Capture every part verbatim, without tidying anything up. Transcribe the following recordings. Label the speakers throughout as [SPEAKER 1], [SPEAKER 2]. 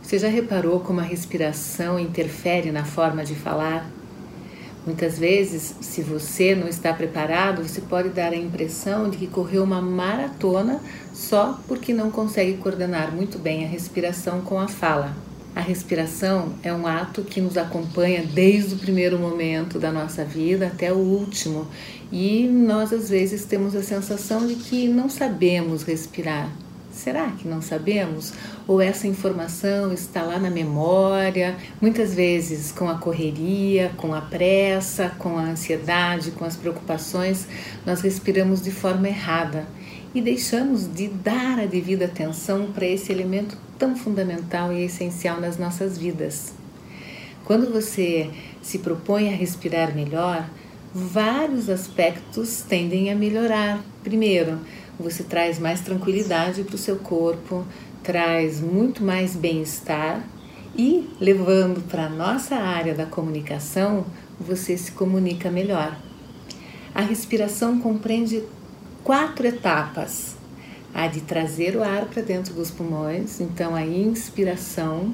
[SPEAKER 1] Você já reparou como a respiração interfere na forma de falar? Muitas vezes, se você não está preparado, você pode dar a impressão de que correu uma maratona só porque não consegue coordenar muito bem a respiração com a fala. A respiração é um ato que nos acompanha desde o primeiro momento da nossa vida até o último, e nós às vezes temos a sensação de que não sabemos respirar. Será que não sabemos? Ou essa informação está lá na memória? Muitas vezes, com a correria, com a pressa, com a ansiedade, com as preocupações, nós respiramos de forma errada e deixamos de dar a devida atenção para esse elemento tão fundamental e essencial nas nossas vidas. Quando você se propõe a respirar melhor, vários aspectos tendem a melhorar. Primeiro, você traz mais tranquilidade para o seu corpo, traz muito mais bem-estar e, levando para a nossa área da comunicação, você se comunica melhor. A respiração compreende quatro etapas. A de trazer o ar para dentro dos pulmões, então a inspiração,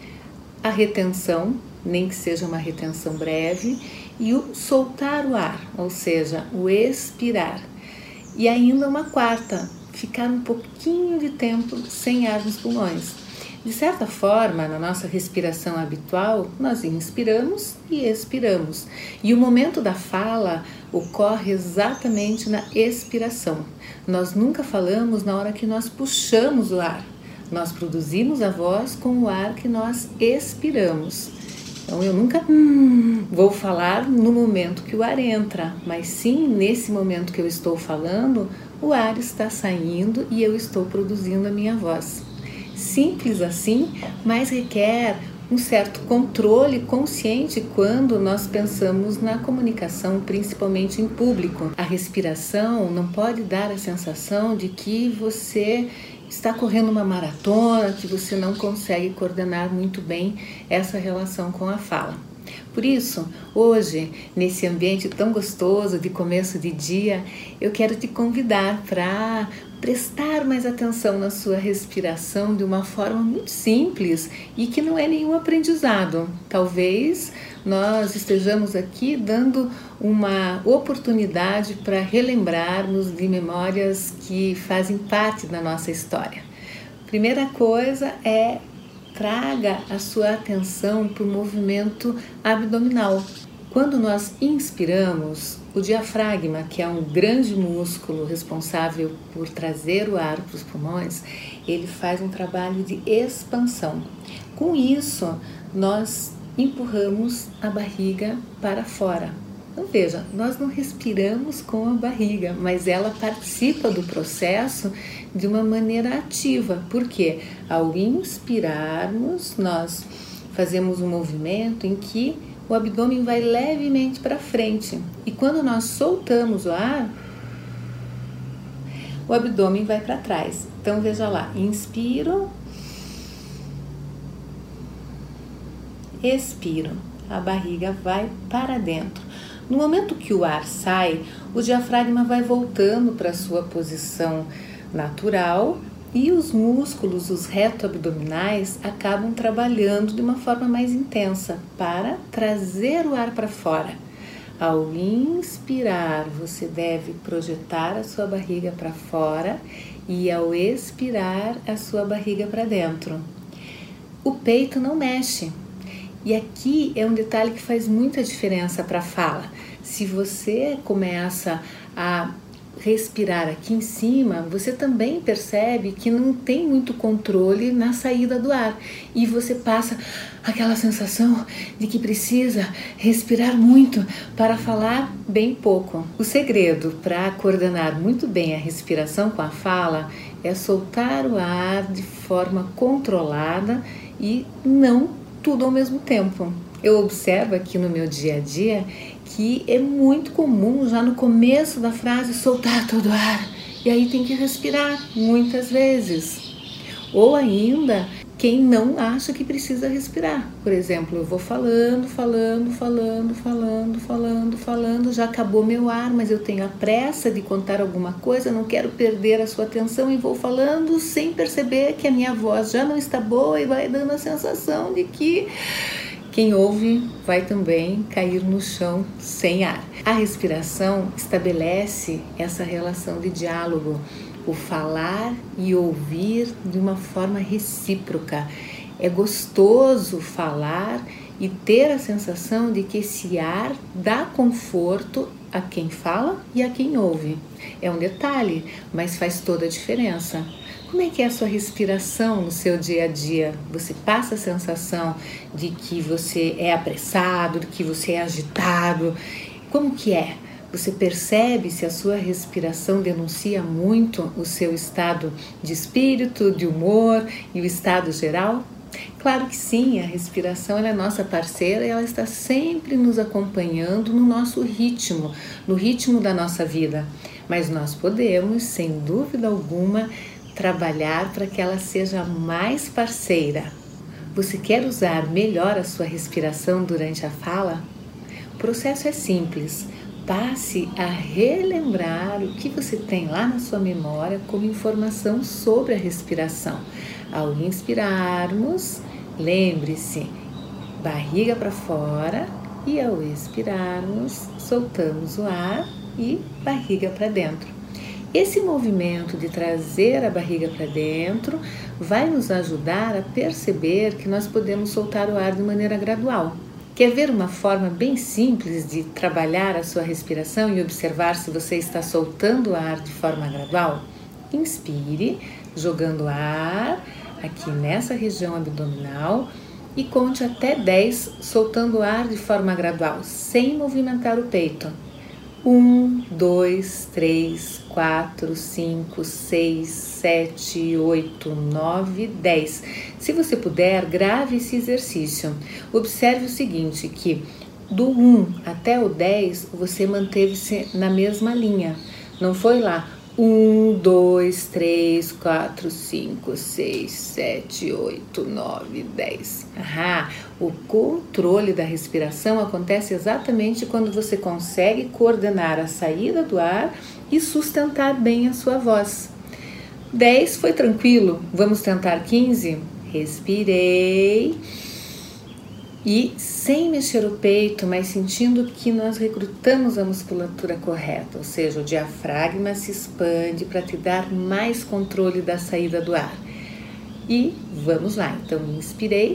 [SPEAKER 1] a retenção, nem que seja uma retenção breve, e o soltar o ar, ou seja, o expirar. E ainda uma quarta, ficar um pouquinho de tempo sem ar nos pulmões. De certa forma, na nossa respiração habitual, nós inspiramos e expiramos. E o momento da fala ocorre exatamente na expiração. Nós nunca falamos na hora que nós puxamos o ar. Nós produzimos a voz com o ar que nós expiramos. Então eu nunca hum, vou falar no momento que o ar entra, mas sim nesse momento que eu estou falando, o ar está saindo e eu estou produzindo a minha voz. Simples assim, mas requer um certo controle consciente quando nós pensamos na comunicação, principalmente em público. A respiração não pode dar a sensação de que você está correndo uma maratona, que você não consegue coordenar muito bem essa relação com a fala. Por isso, hoje, nesse ambiente tão gostoso de começo de dia, eu quero te convidar para prestar mais atenção na sua respiração de uma forma muito simples e que não é nenhum aprendizado. Talvez nós estejamos aqui dando uma oportunidade para relembrarmos de memórias que fazem parte da nossa história. Primeira coisa é traga a sua atenção para o movimento abdominal. Quando nós inspiramos, o diafragma, que é um grande músculo responsável por trazer o ar para os pulmões, ele faz um trabalho de expansão. Com isso, nós empurramos a barriga para fora. Então veja, nós não respiramos com a barriga, mas ela participa do processo de uma maneira ativa. Por quê? Ao inspirarmos, nós fazemos um movimento em que o abdômen vai levemente para frente. E quando nós soltamos o ar, o abdômen vai para trás. Então veja lá, inspiro, expiro, a barriga vai para dentro. No momento que o ar sai, o diafragma vai voltando para a sua posição natural e os músculos, os reto-abdominais, acabam trabalhando de uma forma mais intensa para trazer o ar para fora. Ao inspirar, você deve projetar a sua barriga para fora e ao expirar, a sua barriga para dentro. O peito não mexe. E aqui é um detalhe que faz muita diferença para a fala. Se você começa a respirar aqui em cima, você também percebe que não tem muito controle na saída do ar. E você passa aquela sensação de que precisa respirar muito para falar bem pouco. O segredo para coordenar muito bem a respiração com a fala é soltar o ar de forma controlada e não tudo ao mesmo tempo. Eu observo aqui no meu dia a dia que é muito comum já no começo da frase soltar todo o ar e aí tem que respirar muitas vezes. Ou ainda quem não acha que precisa respirar. Por exemplo, eu vou falando, falando, falando, falando, falando, falando, já acabou meu ar, mas eu tenho a pressa de contar alguma coisa, não quero perder a sua atenção e vou falando sem perceber que a minha voz já não está boa e vai dando a sensação de que quem ouve vai também cair no chão sem ar. A respiração estabelece essa relação de diálogo, o falar e ouvir de uma forma recíproca. É gostoso falar e ter a sensação de que esse ar dá conforto a quem fala e a quem ouve. É um detalhe, mas faz toda a diferença. Como é que é a sua respiração no seu dia a dia? Você passa a sensação de que você é apressado, de que você é agitado? Como que é? Você percebe se a sua respiração denuncia muito o seu estado de espírito, de humor e o estado geral? Claro que sim, a respiração ela é nossa parceira e ela está sempre nos acompanhando no nosso ritmo, no ritmo da nossa vida. Mas nós podemos, sem dúvida alguma, trabalhar para que ela seja mais parceira. Você quer usar melhor a sua respiração durante a fala? O processo é simples. Passe a relembrar o que você tem lá na sua memória como informação sobre a respiração. Ao inspirarmos, lembre-se, barriga para fora, e ao expirarmos, soltamos o ar e barriga para dentro. Esse movimento de trazer a barriga para dentro vai nos ajudar a perceber que nós podemos soltar o ar de maneira gradual. Quer ver uma forma bem simples de trabalhar a sua respiração e observar se você está soltando o ar de forma gradual? Inspire, jogando ar aqui nessa região abdominal e conte até dez, soltando o ar de forma gradual, sem movimentar o peito. Um, dois, três, quatro, cinco, seis, sete, oito, nove, dez. Se você puder, grave esse exercício. Observe o seguinte, que do um até o dez, você manteve-se na mesma linha. Não foi lá um, dois, três, quatro, cinco, seis, sete, oito, nove, dez. Ah, o controle da respiração acontece exatamente quando você consegue coordenar a saída do ar e sustentar bem a sua voz. dez foi tranquilo, vamos tentar quinze? Respirei. E sem mexer o peito, mas sentindo que nós recrutamos a musculatura correta, ou seja, o diafragma se expande para te dar mais controle da saída do ar. E vamos lá, então inspirei.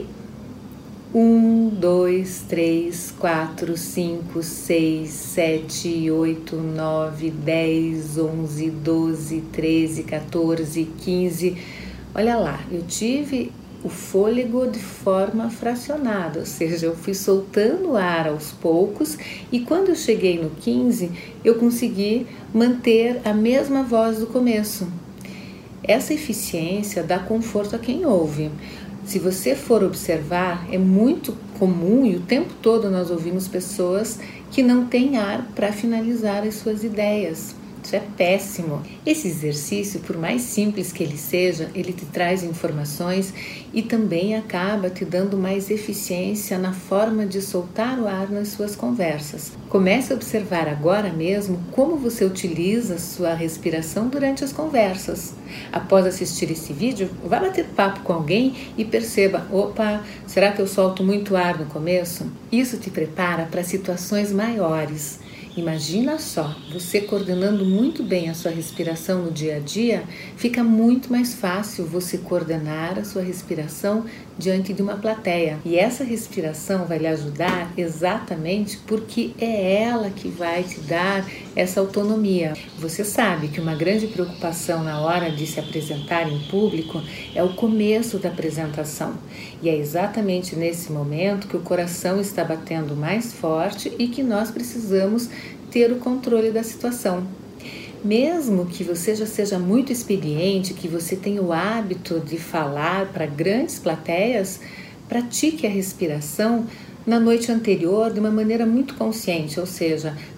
[SPEAKER 1] Um, dois, três, quatro, cinco, seis, sete, oito, nove, dez, onze, doze, treze, quatorze, quinze. Olha lá, eu tive o fôlego de forma fracionada, ou seja, eu fui soltando o ar aos poucos e quando eu cheguei no quinze, eu consegui manter a mesma voz do começo. Essa eficiência dá conforto a quem ouve. Se você for observar, é muito comum e o tempo todo nós ouvimos pessoas que não têm ar para finalizar as suas ideias. Isso é péssimo. Esse exercício, por mais simples que ele seja, ele te traz informações e também acaba te dando mais eficiência na forma de soltar o ar nas suas conversas. Comece a observar agora mesmo como você utiliza a sua respiração durante as conversas. Após assistir esse vídeo, vá bater papo com alguém e perceba, opa, será que eu solto muito ar no começo? Isso te prepara para situações maiores. Imagina só, você coordenando muito bem a sua respiração no dia a dia, fica muito mais fácil você coordenar a sua respiração diante de uma plateia. E essa respiração vai lhe ajudar exatamente porque é ela que vai te dar essa autonomia. Você sabe que uma grande preocupação na hora de se apresentar em público é o começo da apresentação. E é exatamente nesse momento que o coração está batendo mais forte e que nós precisamos ter o controle da situação. Mesmo que você já seja muito experiente, que você tenha o hábito de falar para grandes plateias, pratique a respiração na noite anterior de uma maneira muito consciente, ou seja,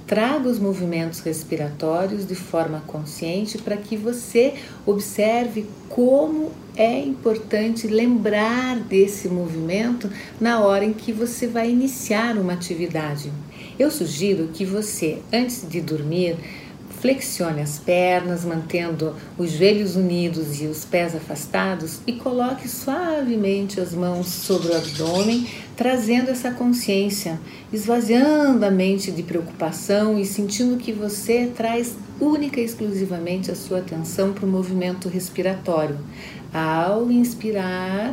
[SPEAKER 1] Traga os movimentos respiratórios de forma consciente para que você observe como é importante lembrar desse movimento na hora em que você vai iniciar uma atividade. Eu sugiro que você, antes de dormir, flexione as pernas, mantendo os joelhos unidos e os pés afastados, e coloque suavemente as mãos sobre o abdômen, trazendo essa consciência, esvaziando a mente de preocupação e sentindo que você traz única e exclusivamente a sua atenção para o movimento respiratório. Ao inspirar,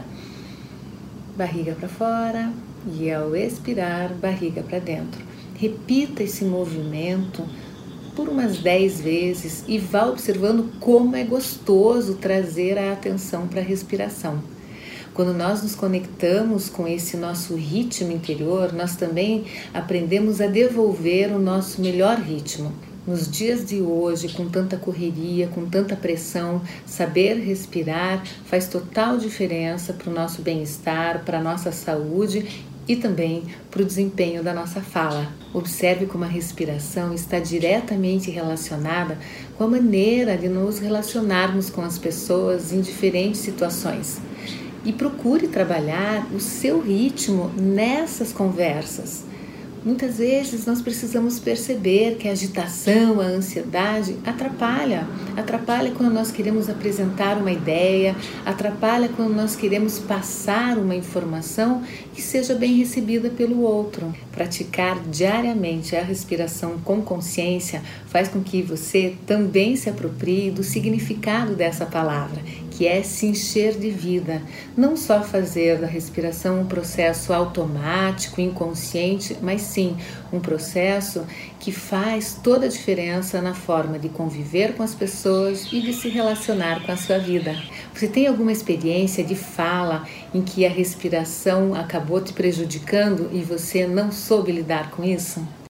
[SPEAKER 1] barriga para fora, e ao expirar, barriga para dentro. Repita esse movimento por umas dez vezes e vá observando como é gostoso trazer a atenção para a respiração. Quando nós nos conectamos com esse nosso ritmo interior, nós também aprendemos a devolver o nosso melhor ritmo. Nos dias de hoje, com tanta correria, com tanta pressão, saber respirar faz total diferença para o nosso bem-estar, para a nossa saúde e também para o desempenho da nossa fala. Observe como a respiração está diretamente relacionada com a maneira de nos relacionarmos com as pessoas em diferentes situações. E procure trabalhar o seu ritmo nessas conversas. Muitas vezes nós precisamos perceber que a agitação, a ansiedade atrapalha. Atrapalha quando nós queremos apresentar uma ideia, atrapalha quando nós queremos passar uma informação que seja bem recebida pelo outro. Praticar diariamente a respiração com consciência faz com que você também se aproprie do significado dessa palavra, que é se encher de vida. Não só fazer da respiração um processo automático, inconsciente, mas sim um processo que faz toda a diferença na forma de conviver com as pessoas e de se relacionar com a sua vida. Você tem alguma experiência de fala em que a respiração acabou te prejudicando e você não soube lidar com isso?